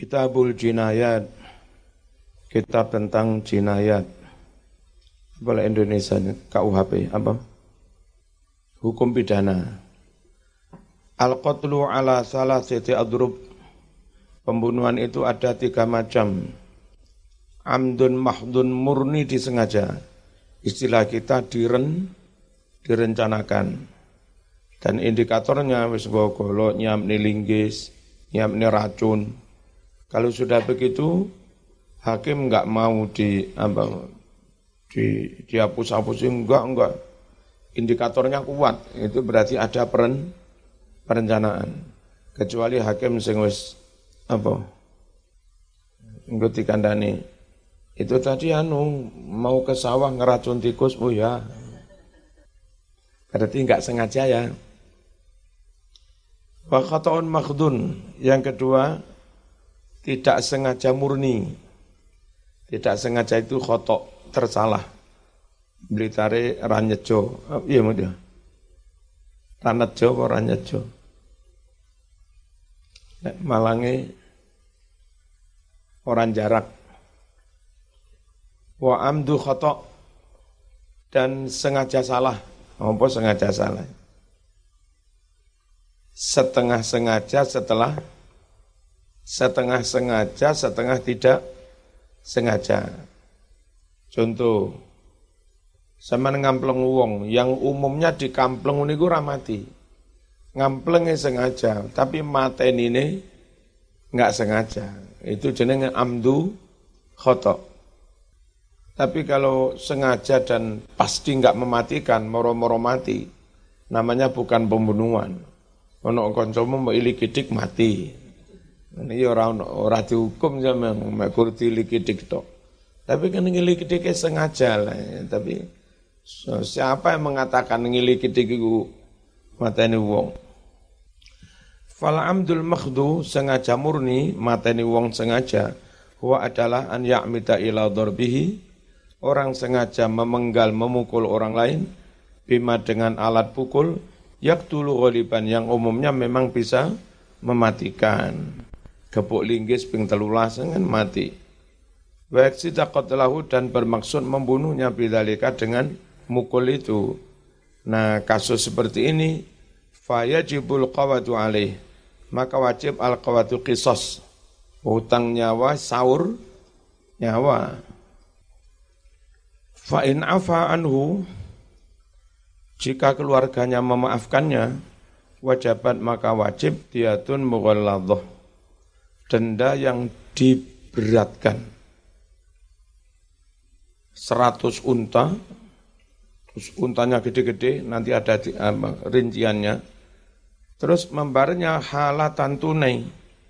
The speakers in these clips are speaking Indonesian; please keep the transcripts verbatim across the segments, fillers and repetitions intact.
Kitabul Jinayat, kitab tentang jinayat. Boleh Indonesia K U H P apa? Hukum pidana. Al-qatlu ala salasati adrub. Pembunuhan itu ada tiga macam. Amdun mahdun murni disengaja. Istilah kita diren, direncanakan. Dan indikatornya wis golok nyamni linggis, nyamni racun. Kalau sudah begitu, hakim enggak mau di apa di dihapus-hapus, enggak enggak. Indikatornya kuat, itu berarti ada peren, perencanaan. Kecuali hakim sing wis apa ngguti kandhane. Itu tadi anu mau ke sawah ngeracun tikus, oh ya. Berarti enggak sengaja ya. Wa khata'un makhdun, yang kedua tidak sengaja murni. Tidak sengaja itu khotok, tersalah. Blitare ranyejo. Iya mau dia. Ranejo apa ranyejo? Malange orang jarak. Wa amdu khotok, dan sengaja salah. Apa sengaja salah? Setengah sengaja setelah setengah sengaja, setengah tidak sengaja. Contoh, sama ngampleng wong yang umumnya di kampleng niku ora mati. Ngamplenge sengaja, tapi mateni ini enggak sengaja. Itu jenenge amdu khata'. Tapi kalau sengaja dan pasti enggak mematikan, moro-moro mati, namanya bukan pembunuhan. Ono kancamu mbok ilikidik mati. Ini ora ora dihukum sampean mek kurdi likidik tok. Tapi kan ngilikidik sengaja lah. Tapi so, siapa yang mengatakan ngilikidik iku mateni wong? Fal amdul makhdu, sengaja murni mateni wong sengaja. Huwa adalah an ya'mida ila darbihi, orang sengaja memenggal memukul orang lain bima dengan alat pukul yaqtulu ghaliban, yang umumnya memang bisa mematikan. Gepuk linggis ping telulas kan mati. Wa yaksida qatlahu, dan bermaksud membunuhnya bidzalika dengan mukul itu. Nah, kasus seperti ini fayajibul qawatu alaih, maka wajib al-qawatu qisas, hutang nyawa, saur nyawa. Fa in afa anhu, jika keluarganya memaafkannya, wajibat maka wajib diatun mughalladhah, denda yang diberatkan. Seratus unta, terus untanya gede-gede, nanti ada di, apa, rinciannya. Terus membayarnya halatan tunai,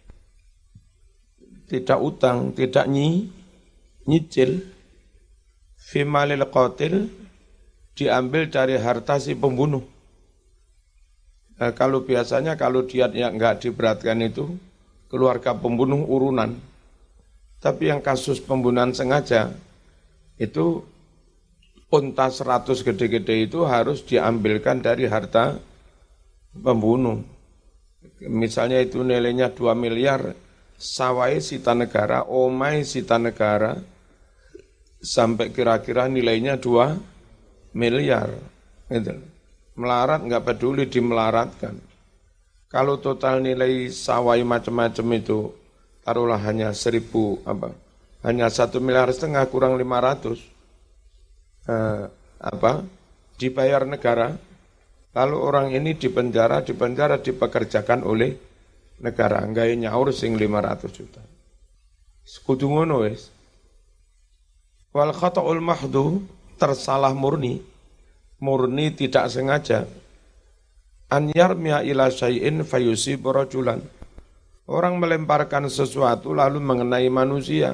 tidak utang, tidak nyi, nyicil. Fi malil qatil, diambil dari harta si pembunuh. Nah, kalau biasanya kalau dia yang enggak diberatkan itu keluarga pembunuh urunan. Tapi yang kasus pembunuhan sengaja itu unta seratus gede-gede itu harus diambilkan dari harta pembunuh. Misalnya itu nilainya dua miliar, sawai sita negara, omai sita negara, sampai kira-kira nilainya dua miliar. Gitu. Melarat nggak peduli dimelaratkan. Kalau total nilai sawai macam-macam itu taruhlah hanya seribu apa, hanya satu miliar setengah kurang lima ratus, eh, apa dibayar negara. Lalu orang ini dipenjara, dipenjara dipekerjakan oleh negara, gawe nyaur sing lima ratus juta. Sekutu ngono wis. Wal khata'ul mahdu, tersalah murni, murni tidak sengaja. An yarmiya ila syai'in fayusib rajulan. Orang melemparkan sesuatu lalu mengenai manusia.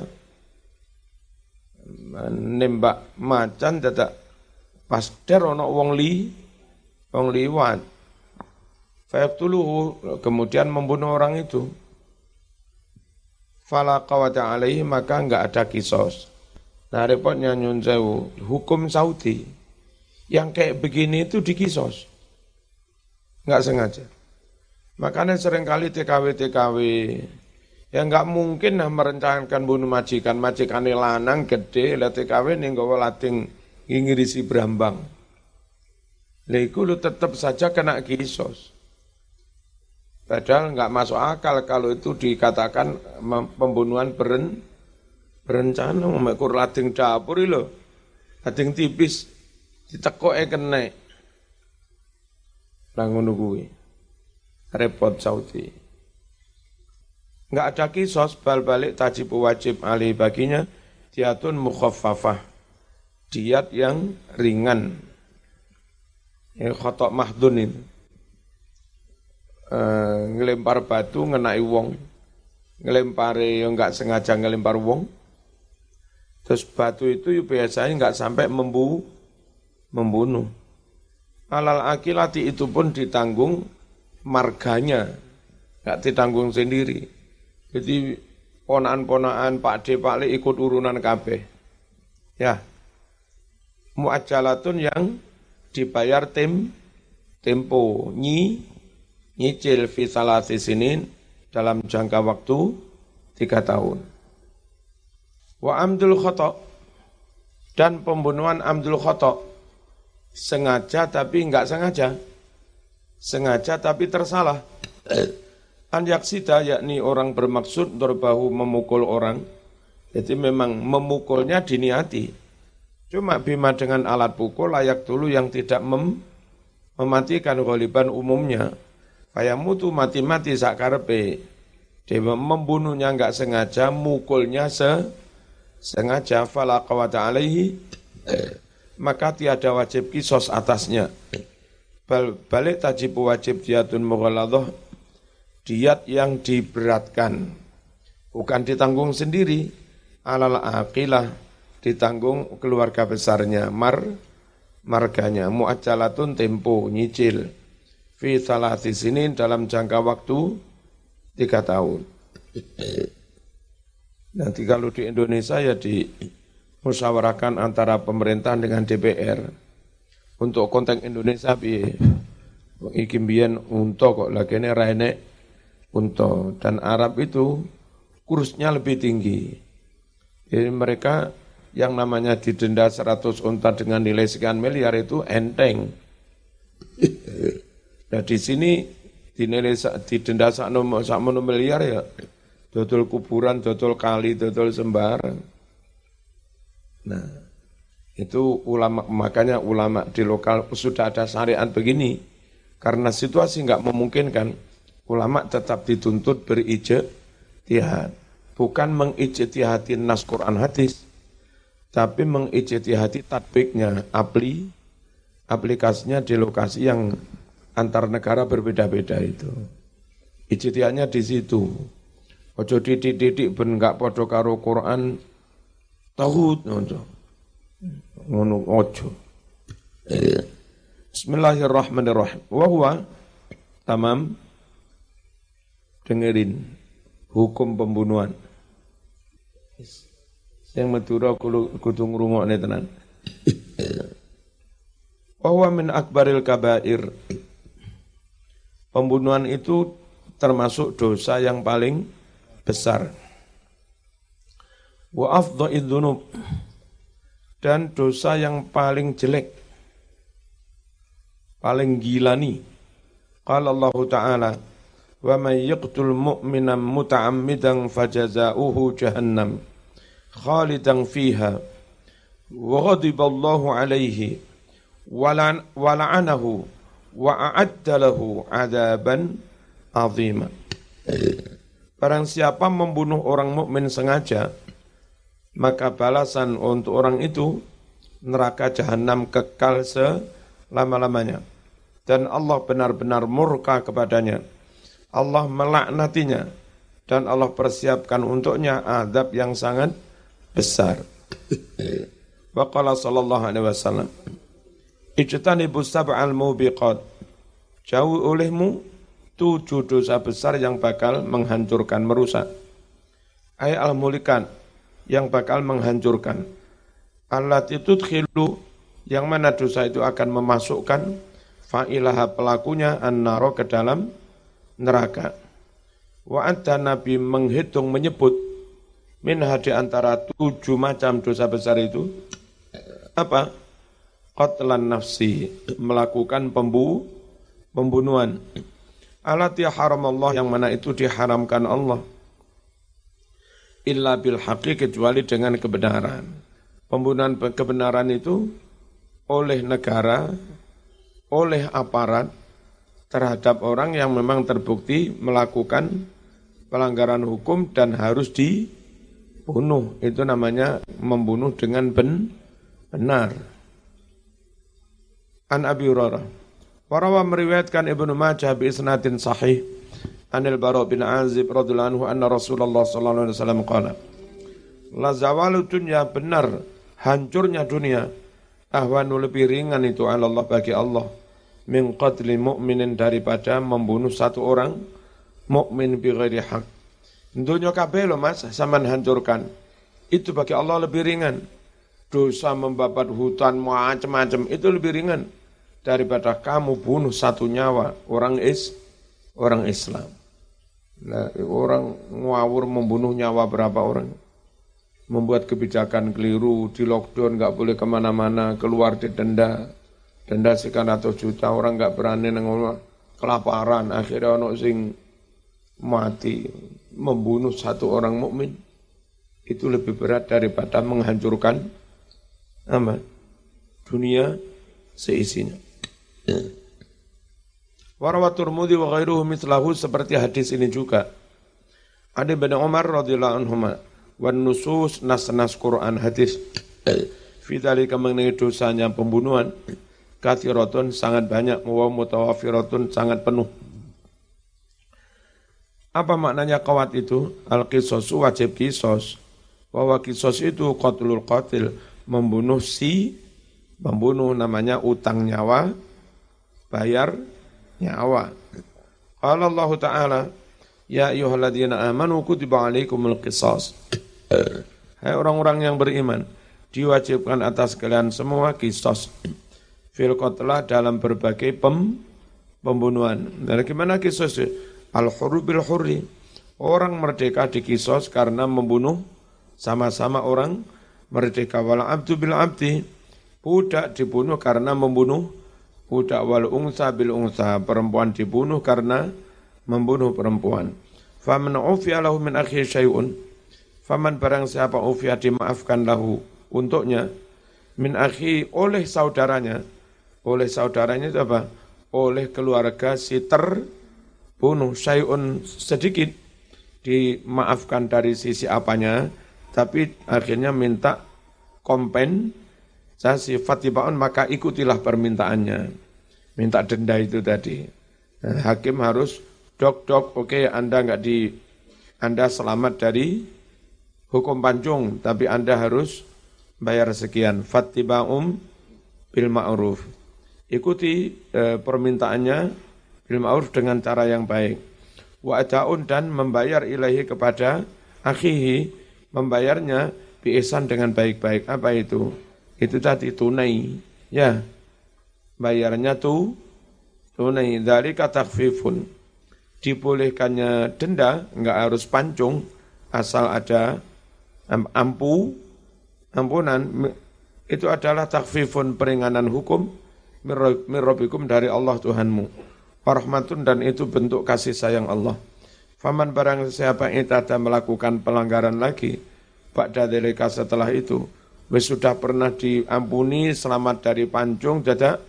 Nembak macan dadak pas der ana wong li, wong liwat. Fayaqtuluhu, kemudian membunuh orang itu. Fala qawata alaihi, maka enggak ada kisos. Nah, repotnya nyun sewu, hukum Saudi yang kayak begini itu dikisos. Enggak sengaja. Makanya seringkali T K W-T K W Ya enggak mungkin nah merencanakan bunuh majikan, majikane lanang gede, late kawin ning gawa lading ngirisi brambang. Lha iku lu tetap saja kena kisos. Padahal enggak masuk akal kalau itu dikatakan pembunuhan beren, berencana, mekur lading dapur lho. Lading tipis ditekoke kena. Lah ngono kuwi. Repot Saudi. Enggak ada kisos, bal-balik tajib wajib alih baginya diatun mukhaffafah, diat yang ringan. Yang khotok mahdun itu. E, ngelempar batu ngenai wong, ngelempare yang enggak sengaja ngelempar wong. Terus batu itu biasanya enggak sampai membu, membunuh. Alal akilati itu pun ditanggung marganya, enggak ditanggung sendiri. Jadi ponaan-ponaan Pak D, Pak Le ikut urunan kabeh. Ya. Mu'ajjalatun yang dibayar tim tempo nyi nyicil fi salasi sinin dalam jangka waktu tiga tahun. Wa amdul khata' dan pembunuhan amdul khata' sengaja tapi enggak sengaja. Sengaja tapi tersalah. An yaksida yakni orang bermaksud dorbahu memukul orang. Jadi memang memukulnya diniati. Cuma bima dengan alat pukul layak dulu yang tidak mem, mematikan ghaliban umumnya. Kayak mutu mati-mati sakarepe. Dia membunuhnya enggak sengaja, mukulnya se, sengaja fala qawata alaihi. Maka tiada wajib kisos atasnya. Bal, balik tajib wajib diatun mughaladhah. Diat yang diberatkan, bukan ditanggung sendiri, alal aqilah, ditanggung keluarga besarnya, mar, marganya, mu'ajjalatun tempo, nyicil, fi salati sinin dalam jangka waktu tiga tahun. Nanti kalau di Indonesia ya dimusyawarahkan antara pemerintah dengan D P R, untuk konteks Indonesia, iki mbiyen unta kok lagene ra enek unta, dan Arab itu kursnya lebih tinggi. Jadi mereka yang namanya didenda seratus unta dengan nilai sekian miliar itu enteng. Nah di sini dinilai didenda sakmono miliar ya dodol kuburan, dodol kali, dodol sembarang. Nah itu ulama, makanya ulama di lokal sudah ada syariat begini, karena situasi enggak memungkinkan. Ulama tetap dituntut berijtihad, bukan mengijtihati nas Quran hadis, tapi mengijtihati tatbiknya, apli, aplikasinya di lokasi yang antar negara berbeda-beda itu. Ijtihadnya di situ. Ojo didik-didik ben enggak padha karo Quran tauhid ojo. Ngono ojo. Bismillahirrahmanirrahim. Wa huwa tamam. Dengerin hukum pembunuhan. Yang Madura kudu ngrungokne tenan. Wa min akbaril kabair. Pembunuhan itu termasuk dosa yang paling besar. Wa afdha'idzunub, dzunub, dan dosa yang paling jelek, paling gilani. Qala Allah Ta'ala, wa man yaqtul mu'minan muta'ammidan fajaza'uhu jahannam khalidan fiha wa ghadiba Allahu alaihi wa la'anahu wa a'adda lahu 'adaban 'azima. Barang siapa membunuh orang mukmin sengaja, maka balasan untuk orang itu neraka jahanam kekal selama-lamanya, dan Allah benar-benar murka kepadanya. Allah melaknatinya dan Allah persiapkan untuknya azab yang sangat besar. Wa qala sallallahu alaihi wasallam, ijtanibu sab'al mubiqat, jauh olehmu tujuh dosa besar yang bakal menghancurkan, merusak. Ay al-mulikan, yang bakal menghancurkan. Allati tudkhilu, yang mana dosa itu akan memasukkan fa'ilaha, pelakunya, an-naro, ke dalam neraka. Wa anta Nabi menghitung menyebut minha di antara tujuh macam dosa besar itu apa? Qatlan nafsi, melakukan pembu pembunuhan. Alati haramallah, yang mana itu diharamkan Allah. Illa bil haqqi, kecuali dengan kebenaran. Pembunuhan kebenaran itu oleh negara, oleh aparat terhadap orang yang memang terbukti melakukan pelanggaran hukum dan harus dibunuh. Itu namanya membunuh dengan ben, benar. An Abi Hurairah. Warawa meriwayatkan Ibnu Majah bi isnadin sahih Anil Bara' bin Azib radhiyallahu anhu anna Rasulullah sallallahu alaihi wasallam qala la zawalu dunya, benar hancurnya dunia, ahwanu lebih ringan itu ala Allah, bagi Allah, min qatli mu'minin, daripada membunuh satu orang mukmin bi ghairi haq. Dunia kabeh lho Mas, sampean hancurkan. Itu bagi Allah lebih ringan. Dosa membabat hutan macam-macam itu lebih ringan daripada kamu bunuh satu nyawa orang is orang Islam. Nah, orang ngawur membunuh nyawa berapa orang? Membuat kebijakan keliru, di lockdown, nggak boleh kemana-mana, keluar didenda, denda sekian ratus juta, orang nggak berani nengok, kelaparan, akhirnya orang sing mati, membunuh satu orang mukmin itu lebih berat daripada menghancurkan apa? Dunia seisinya. Warawat Tirmidzi wa ghairuhu mithlahu, seperti hadis ini juga. Ada bin Umar radhiyallahu anhuma wan nusus nas-nas Quran hadis fi dzalika, mengenai dosanya pembunuhan, kathiratun sangat banyak, wa mutawafiratun sangat penuh. Apa maknanya qawat itu? Al-qisasu, wajib qisas. Wa qisas itu qatlul qatil, membunuh si membunuh, namanya utang nyawa, bayar nyawa. Qala Allah Ta'ala, ya ayyuhalladzina amanu kutiba alaikumul qisas. Hai orang-orang yang beriman, diwajibkan atas kalian semua qisas. Fil qatla, dalam berbagai pem, pembunuhan. Dan gimana qisas? Al-hurru bil hurri. Orang merdeka diqisas karena membunuh sama-sama orang merdeka. Wal abdu bil abdi. Budak dibunuh karena membunuh budak. Wal unsa bil unsa, perempuan dibunuh karena membunuh perempuan. Faman ufiya lahu min akhi syai'un, faman barang siapa ufiya dimaafkan lahu untuknya, min akhi, oleh saudaranya, oleh saudaranya itu apa? Oleh keluarga si terbunuh, syai'un sedikit, dimaafkan dari sisi apanya, tapi akhirnya minta kompensasi, fatiba'un, maka ikutilah permintaannya, minta denda itu tadi. Nah, hakim harus dok-dok, oke okay, Anda enggak di Anda selamat dari hukum pancung, tapi Anda harus bayar sekian. Fattiba'um bil ma'ruf. Ikuti e, permintaannya bil ma'ruf, dengan cara yang baik. Wa ata'un, dan membayar ilahi kepada akhihi, membayarnya bi ihsan, dengan baik-baik. Apa itu? Itu tadi tunai. Ya. Bayarnya tuh tunai. Dzalika takhfifun. Dibolehkannya denda, enggak harus pancung, asal ada ampu, ampunan, itu adalah takhfifun, peringanan hukum, mirrobikum, dari Allah Tuhanmu, warahmatun, dan itu bentuk kasih sayang Allah. Faman barang siapa itada melakukan pelanggaran lagi, ba'da dzalika, setelah itu, wis sudah pernah diampuni, selamat dari pancung, dadak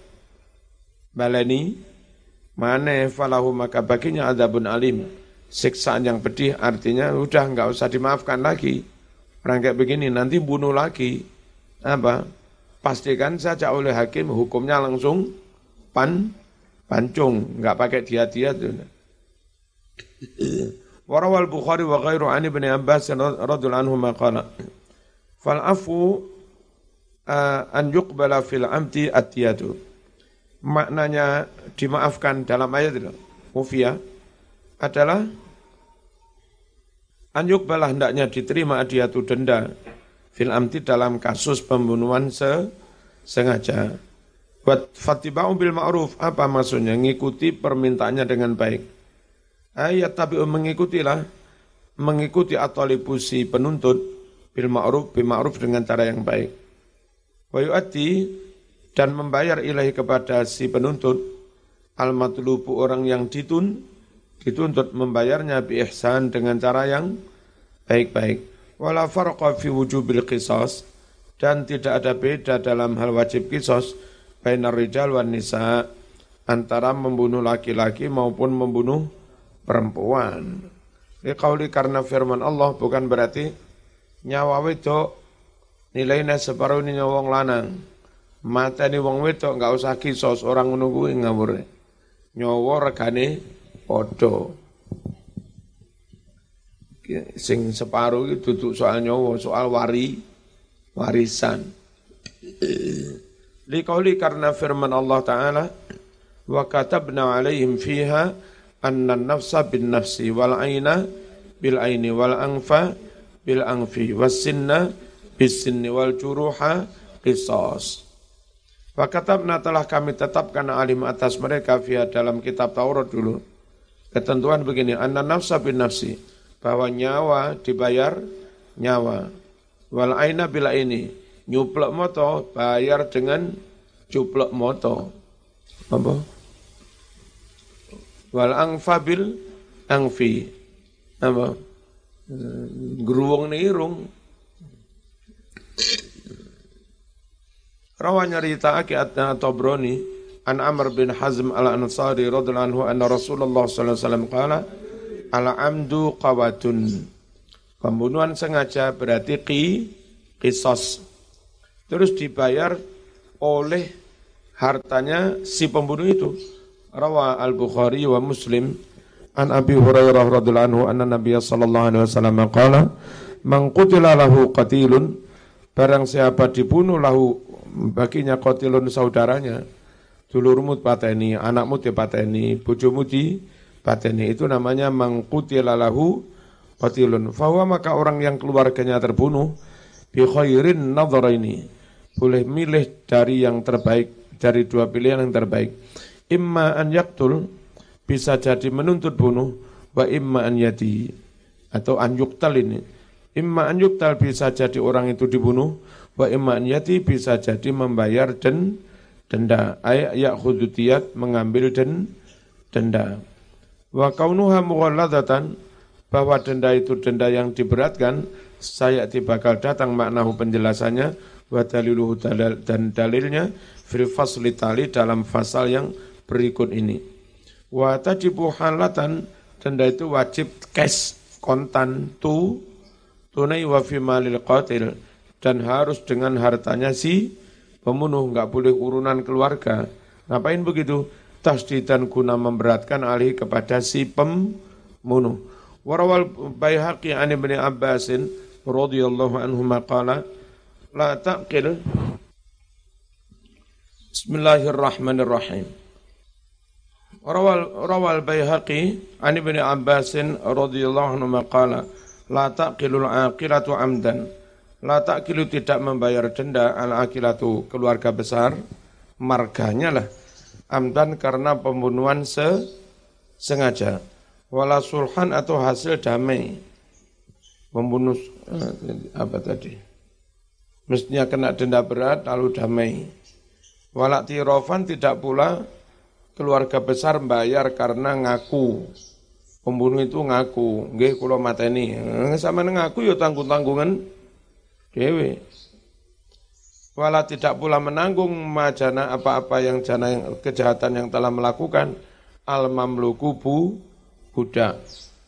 baleni mana falahu, maka baginya adzabun alim, siksaan yang pedih. Artinya udah enggak usah dimaafkan lagi. Orang kayak begini nanti bunuh lagi. Apa? Pastikan saja oleh hakim, hukumnya langsung pan pancung, enggak pakai dia-dia tuh. Warawal Bukhari wa ghairu an Ibnu Abbas radhiyallahu anhu maqala fal afu an yuqbala fil amti atiyatu. Maknanya dimaafkan dalam ayat itu, ufia, adalah anyuk balah, hendaknya diterima adiyatu, denda, fil amti, dalam kasus pembunuhan se sengaja. Buat fatiba'u bil ma'ruf, apa maksudnya? Ngikuti permintaannya dengan baik. Ayat tabi'u mengikutilah, mengikuti at-talibu si penuntut bil ma'ruf bil ma'ruf dengan cara yang baik. Wa yu'ati dan membayar ilahi kepada si penuntut al-matlubu orang yang ditun dituntut membayarnya bi ihsan dengan cara yang baik-baik. Wala farqa fi wujubil qisas dan tidak ada beda dalam hal wajib qisas bainar rijal wan nisa antara membunuh laki-laki maupun membunuh perempuan. Liqauli karena firman Allah bukan berarti nyawa wedok nilainya separuh ini nyawa wong lanang. Mata ini wong wedok enggak usah kisos orang menunggu ngawur. Nyawa regane padha. Sing separuh itu duduk soal nyawa, soal wari warisan. Liqauli karena firman Allah Ta'ala wa katabna alaihim fiha anna nafsa bin nafsi wal aina bil aini wal anfa bil anfi was sinna bis sinni wal juruha qisas. Wa katabna telah kami tetapkan alim atas mereka fiha dalam kitab Taurat dulu. Ketentuan begini, anna nafsa bin nafsi, bahwa nyawa dibayar nyawa. Wal aina bil aini, nyuplek moto bayar dengan cuplek moto. Apa? Wal angfa bil angfi. Apa? Geruwong ni irung. Rawanya rita akiatna Tabrani an Amr bin Hazm al-Ansari radhiyallahu anhu anna Rasulullah sallallahu alaihi wasallam qala al-amdu qawatun. Pembunuhan sengaja berarti qi qisas. Terus dibayar oleh hartanya si pembunuh itu. Rawa al-Bukhari wa Muslim an Abi Hurairah radhiyallahu anhu anna Nabiy sallallahu alaihi wasallam qala man qutila lahu qatilun, barang siapa dibunuh lahu baginya qatilun saudaranya, dulurmu pateni, anakmu dipateni, bojomu dipateni, itu namanya man qutila lahu qatilun. Fahuwa maka orang yang keluarganya terbunuh bi khairin nadharaini, boleh milih dari yang terbaik, dari dua pilihan yang terbaik. Imma an yaktul, bisa jadi menuntut bunuh, wa imma an yati, atau an yuktal ini. Imma an yuktal bisa jadi orang itu dibunuh, wa imma an yati bisa jadi membayar den, denda. Ay ya'khudhu diyat, mengambil den, denda. Wa kaunuha mughalladatan, bahwa denda itu denda yang diberatkan, saya bakal datang maknahu penjelasannya, wa daliluhu dan dalilnya, fil fasli tali dalam fasal yang berikut ini. Wa tajibu halatan, denda itu wajib cash, kontan, tu, tunai wa fi malil qatil, dan harus dengan hartanya si pembunuh, enggak boleh urunan keluarga. Ngapain begitu? Tasdidan guna memberatkan alih kepada si pembunuh. Warawal Baihaqi an Ibnu Abbasin radhiyallahu anhu maqala la taqil. Bismillahirrahmanirrahim. Rawal rawal Baihaqi an Ibnu Abbasin radhiyallahu anhu maqala la taqilul aqilatu amdan. La taqilu tidak membayar denda al aqilatu keluarga besar, marganya lah amdan karena pembunuhan se sengaja. Wala sulhan atau hasil damai. Membunuh eh, apa tadi? Mestinya kena denda berat lalu damai. Wala tirofan tidak pula keluarga besar membayar karena ngaku. Pembunuh itu ngaku, nggih kula mateni. Sama ngaku ya tanggung-tanggungan dewe. Wala tidak pula menanggung majana apa-apa yang jana yang kejahatan yang telah melakukan al mamluku bu budak.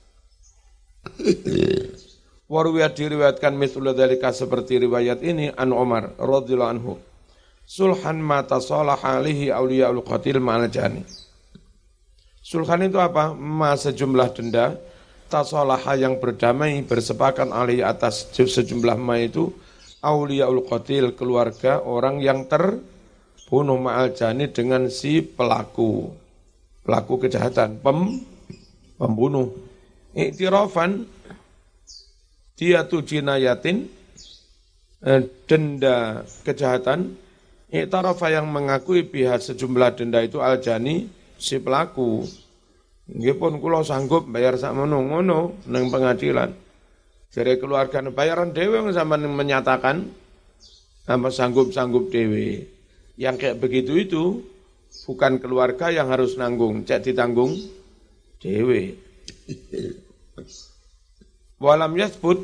Warwiyat diriwayatkan mithlu dzalika seperti riwayat ini an Umar radhiyallahu anhu. Sulhan ma tasalaha alihi auliyaul qatil ma'al jani. Sulhan itu apa? Ma sejumlah denda tasalaha yang berdamai bersepakat alih atas sejumlah ma itu auliyaul qatil keluarga orang yang terbunuh ma'al jani dengan si pelaku pelaku kejahatan pem pembunuh. Iktirafan dia tu jinayatin eh, denda kejahatan. Iktarafa yang mengakui pihak sejumlah denda itu aljani si pelaku. Nggih pun kula sanggup bayar sakmono ngono nang pengadilan. Jare keluarga bayaran dhewe sampean menyatakan apa sanggup-sanggup dhewe. Yang kayak begitu itu bukan keluarga yang harus nanggung, cek ditanggung dhewe. Walam yasbut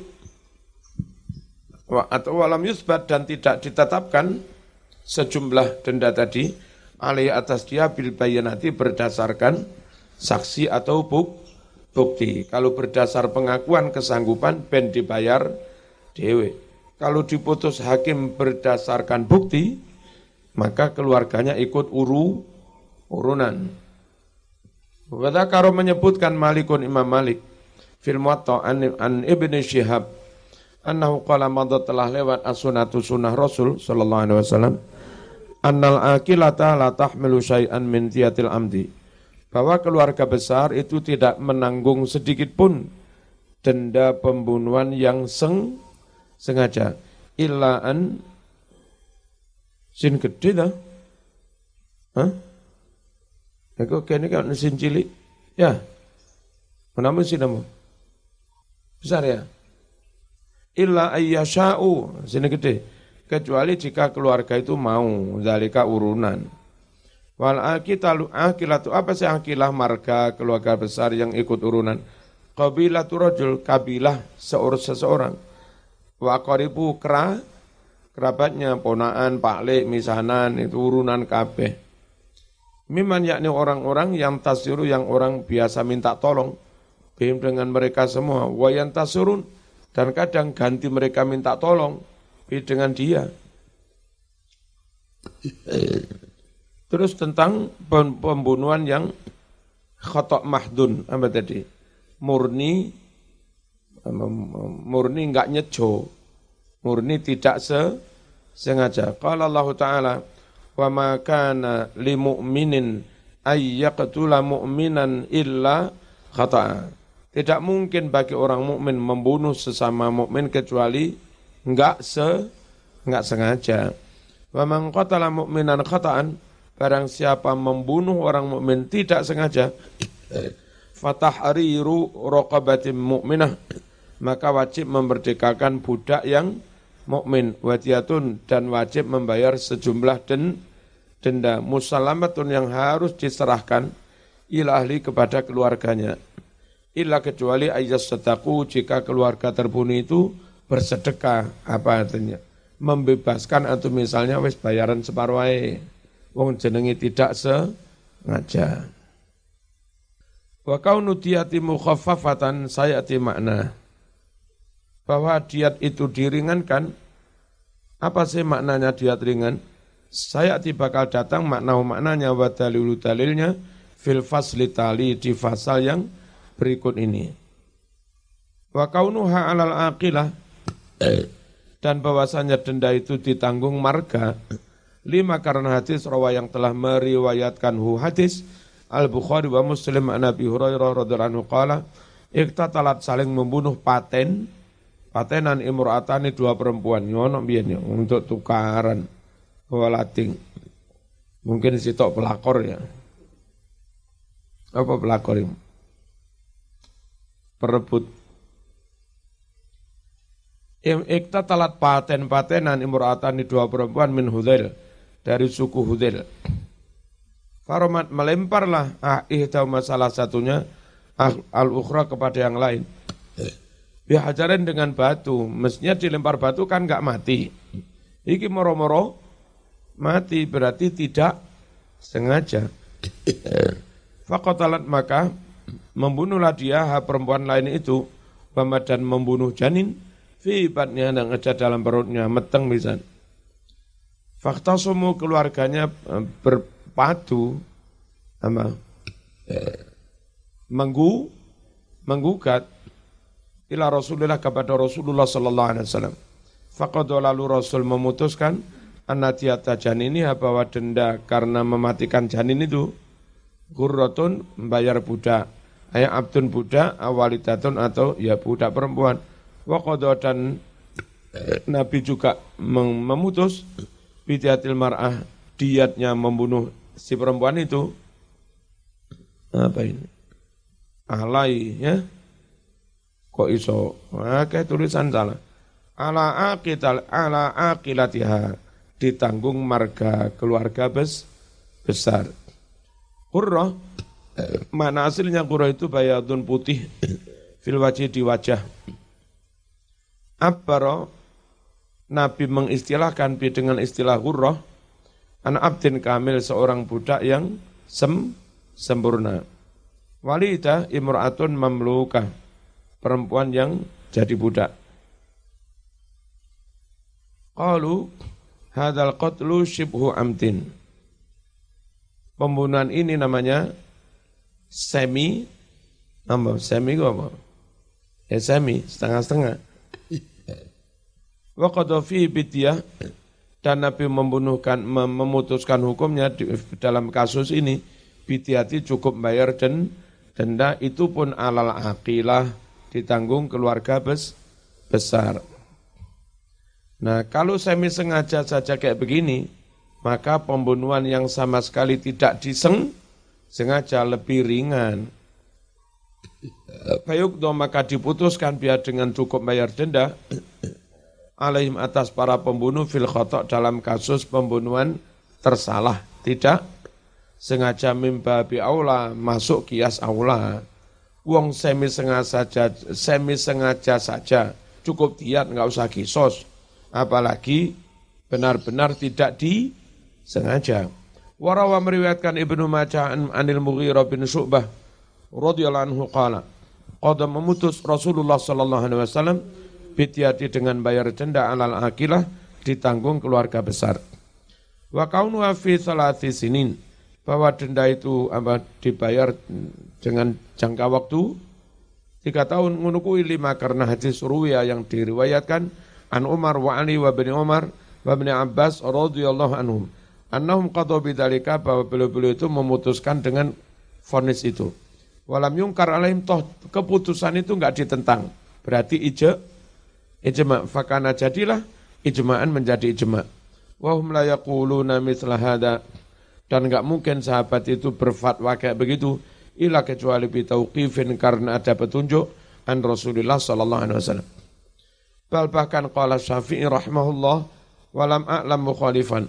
atau walam yusbat dan tidak ditetapkan sejumlah denda tadi alih atas dia bil bayanati berdasarkan saksi atau buk, bukti. Kalau berdasar pengakuan kesanggupan ben dibayar dewe. Kalau diputus hakim berdasarkan bukti, maka keluarganya ikut uru urunan. Kata karo menyebutkan Malikun Imam Malik fil Muwatta an, an Ibnu Syihab annahu qala madha telah lewat as-sunnatu sunnah Rasul sallallahu alaihi wasallam annal akilata la tahmilu syai'an min tiyatil amdi, bahwa keluarga besar itu tidak menanggung sedikit pun denda pembunuhan yang seng sengaja illa an sin gede dah. Hah? Aku kene kan sin cilik. Ya. Menamun sin namu. Besar ya. Illa ayyasha'u, sini gede. Kecuali jika keluarga itu mau, zalika urunan. Wal akitalu akilatu, apa sih akilah marga keluarga besar yang ikut urunan? Qabilatu rajul, kabilah seorang seseorang. Wa qaribu kera, kerabatnya, ponaan, paklik, misanan, itu urunan kabeh. Miman yakni orang-orang yang tasiru, yang orang biasa minta tolong. Bim dengan mereka semua. Wa yang tasurun, dan kadang ganti mereka minta tolong dengan dia. Terus tentang pembunuhan yang khata' mahdun, apa tadi? Murni, murni enggak nyejo, murni tidak se sengaja. Qala Allah Ta'ala, wa ma kana li mu'minin ay yaqtula mu'minan illa khata'a. Tidak mungkin bagi orang mukmin membunuh sesama mukmin kecuali enggak se enggak sengaja. Wa man qatala mu'minan khata'an, barang siapa membunuh orang mukmin tidak sengaja, fatahriru raqabatin mu'minah, maka wajib memerdekakan budak yang mukmin, wadiyatun, dan wajib membayar sejumlah den, denda musallamatun yang harus diserahkan ila ahli kepada keluarganya. Illa kecuali ayat sedekah, jika keluarga terbunuh itu bersedekah, apa artinya? Membebaskan atau misalnya wis bayaran separuh wae. Wong jenenge tidak sengaja. Wa kaunu diyati mukhaffafatan sayati makna. Bahwa diat itu diringankan. Apa sih maknanya diat ringan? Sayati bakal datang makna maknanya wa dalilu dalilnya fil fasli tali, di fasal yang berikut ini. Wa kaunuha alal aqilah, dan bahwasanya denda itu ditanggung marga, lima karena hadis rawa yang telah meriwayatkan hu hadis Al-Bukhari wa Muslim an Abi Hurairah radhiyallahu anhu qala iktatalat, saling membunuh paten patenan imra'atani, dua perempuan ngono biyen untuk tukaran walating. Mungkin sitok pelakor ya. Apa pelakor ini? Perebut. Iktatalat paten-patenan imra'atani, dua perempuan min Hudzail, dari suku Hudzail. Faromat, melemparlah ah ihdauma, salah satunya al-ukhra kepada yang lain. Bihajarin, dengan batu. Mestinya dilempar batu kan enggak mati. Iki moro-moro mati, berarti tidak sengaja. Faqatalat, maka membunuhlah dia ha perempuan lain itu, dan membunuh janin fi batnya, yang ada dalam perutnya, meteng misan. Faktasumu, keluarganya berpadu sama menggu menggugat ila Rasulullah, kepada Rasulullah sallallahu alaihi wasallam. Faqad, lalu Rasul memutuskan annatiyata janini, bahwa denda karena mematikan janin itu gurratun, membayar budak, ayat abdun budak, awalidatun atau ya budak perempuan. Waqadha, dan Nabi juga memutus bidiatil mar'ah, diatnya membunuh si perempuan itu. Apa ini? alai ya. Kok iso? Oke tulisan salah. Ala aqital ala aqilatiha ditanggung marga keluarga bes, besar. Qurrah mana aslinya qurrah itu bayadun putih fil wajhi di wajah. Abbara Nabi mengistilahkan dengan istilah qurrah anak abdin kamil seorang budak yang sem, sempurna. Walidah imra'atun mamlukah perempuan yang jadi budak. Qalu hadzal qatlu shibhu amtin. Pembunuhan ini namanya semi apa? Semi apa? Ya semi, setengah-setengah. Wa qad fi bidyah dan Nabi membunuhkan memutuskan hukumnya di, dalam kasus ini bidyati cukup bayar dan denda itu pun alal aqilah ditanggung keluarga bes, besar. Nah, kalau semi sengaja saja kayak begini, maka pembunuhan yang sama sekali tidak diseng sengaja lebih ringan. Fayuqdo maka diputuskan biar dengan cukup bayar denda alaihim atas para pembunuh fil khata' dalam kasus pembunuhan tersalah, tidak sengaja mimbabi aula masuk kias aula. Wong semi sengaja saja, semi sengaja saja cukup diat, enggak usah kisos. Apalagi benar-benar tidak disengaja. Warawa meriwayatkan Ibnu Majah anil Mughirah bin Syu'bah radhiyallahu anhu qala qad memutus Rasulullah sallallahu alaihi wasallam bidyati dengan bayar denda alal aqilah ditanggung keluarga besar. Wa kaunuha fi salati sinin bahwa denda itu apa dibayar dengan jangka waktu tiga tahun ngunukui lima karena hadis ruwiyah yang diriwayatkan an Umar wa Ali wa bin Umar wa bin Abbas radhiyallahu anhum annahum qadu bidzalika bahwa beliau-beliau itu memutuskan dengan vonis itu. Walam yungkar alaihim toh keputusan itu enggak ditentang. Berarti ijma ijma fakana jadilah ijma'an menjadi ijma. Wa hum la yaquluna mithla hada dan enggak mungkin sahabat itu berfatwa kayak begitu illa kecuali bi tauqifin karena ada petunjuk an Rasulullah sallallahu alaihi wasallam. Bal bahkan qala Syafi'i rahimahullah walam a'lam mukhalifan.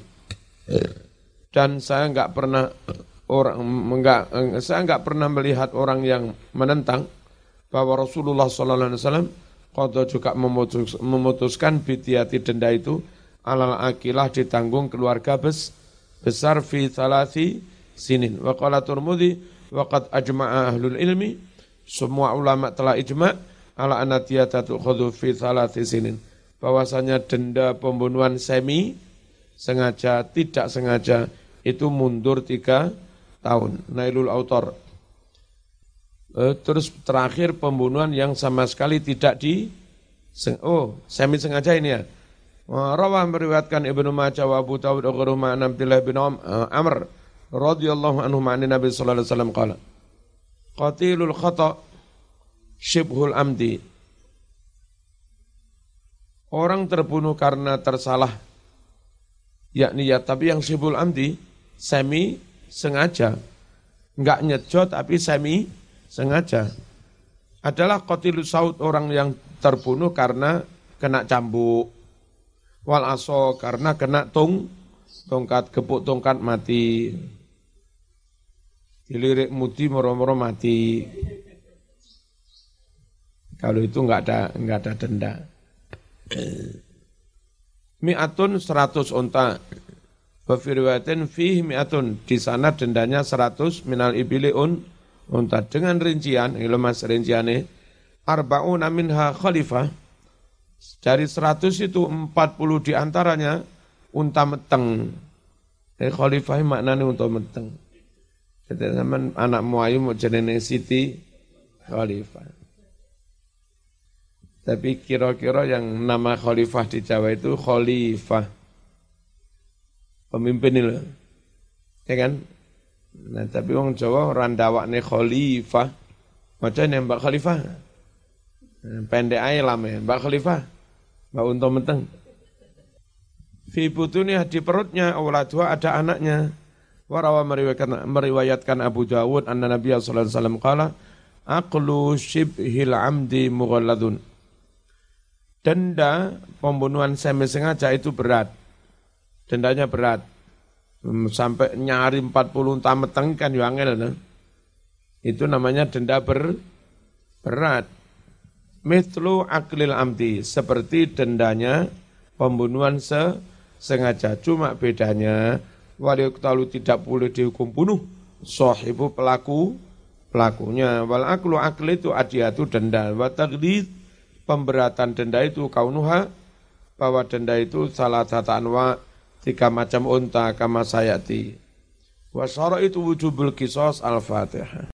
Dan saya enggak pernah orang enggak saya enggak pernah melihat orang yang menentang bahwa Rasulullah sallallahu alaihi wasallam qada juga memutus, memutuskan bidyati denda itu alal aqilah ditanggung keluarga bes, besar fi thalathi sinin. Wa qala Tirmidzi wa qad ajma'a ahlul ilmi semua ulama telah ijma' ala anatiyata tukhadhu fi thalathi sinin bahwasanya denda pembunuhan semi sengaja tidak sengaja itu mundur tiga tahun. Nailul Autor. E, terus terakhir pembunuhan yang sama sekali tidak di oh semi sengaja ini ya. Rawah meriwayatkan Ibnu Majah wa Abu Dawud wa ghairuhuma an Abdullah bin Amr radhiyallahu anhu ma'an Nabi sallallahu alaihi wasallam qala qatilul khata' syibhul amdi. Orang terbunuh karena tersalah yakni ya tapi yang syibhul amdi semi sengaja enggak nyejot tapi semi sengaja adalah qatilus saut orang yang terbunuh karena kena cambuk wal aso karena kena tung tongkat gepuk tongkat mati dilirik mudi moro-moro mati. Kalau itu enggak ada enggak ada denda. Mi'atun seratus unta. Wa fi riwayatin fihi mi'atun di sana dendanya seratus minal ibili un unta dengan rincian ini mas rinciane arba'una minha khalifah dari seratus itu empat puluh di antaranya unta meteng. Eh khalifah maknane unta meteng. Jadi zaman anak muayu mau jenenge Siti Khalifah. Tapi kira-kira yang nama khalifah di Jawa itu khalifah. Pemimpin ini loh. Ya kan? Nah, tapi orang Jawa randawakne khalifah. Macamnya Mbak Khalifah. Pendek aja lama ya. Mbak Khalifah. Mbak Unta Meteng. Fi butunya di perutnya awladua ada anaknya. Warawa meriwayatkan, meriwayatkan Abu Dawud anna Nabi sallallahu alaihi wasallam qala aqlu syibhil amdi mughalladun. Denda pembunuhan semi sengaja itu berat. Dendanya berat. Sampai nyari empat puluh tameteng kan yo angel. Nah. Itu namanya denda ber, berat. Mithlu aklil amdi, seperti dendanya pembunuhan se, sengaja. Cuma bedanya wali yuqtalu tidak boleh dihukum bunuh sahibu pelaku pelakunya. Wal aklu akli itu adiyatu denda. Wa taghlid pemberatan denda itu kaunuha bahwa denda itu salah satu anwa tiga macam unta kama sayati. Wa syara itu wujubul qisas al-Fatihah.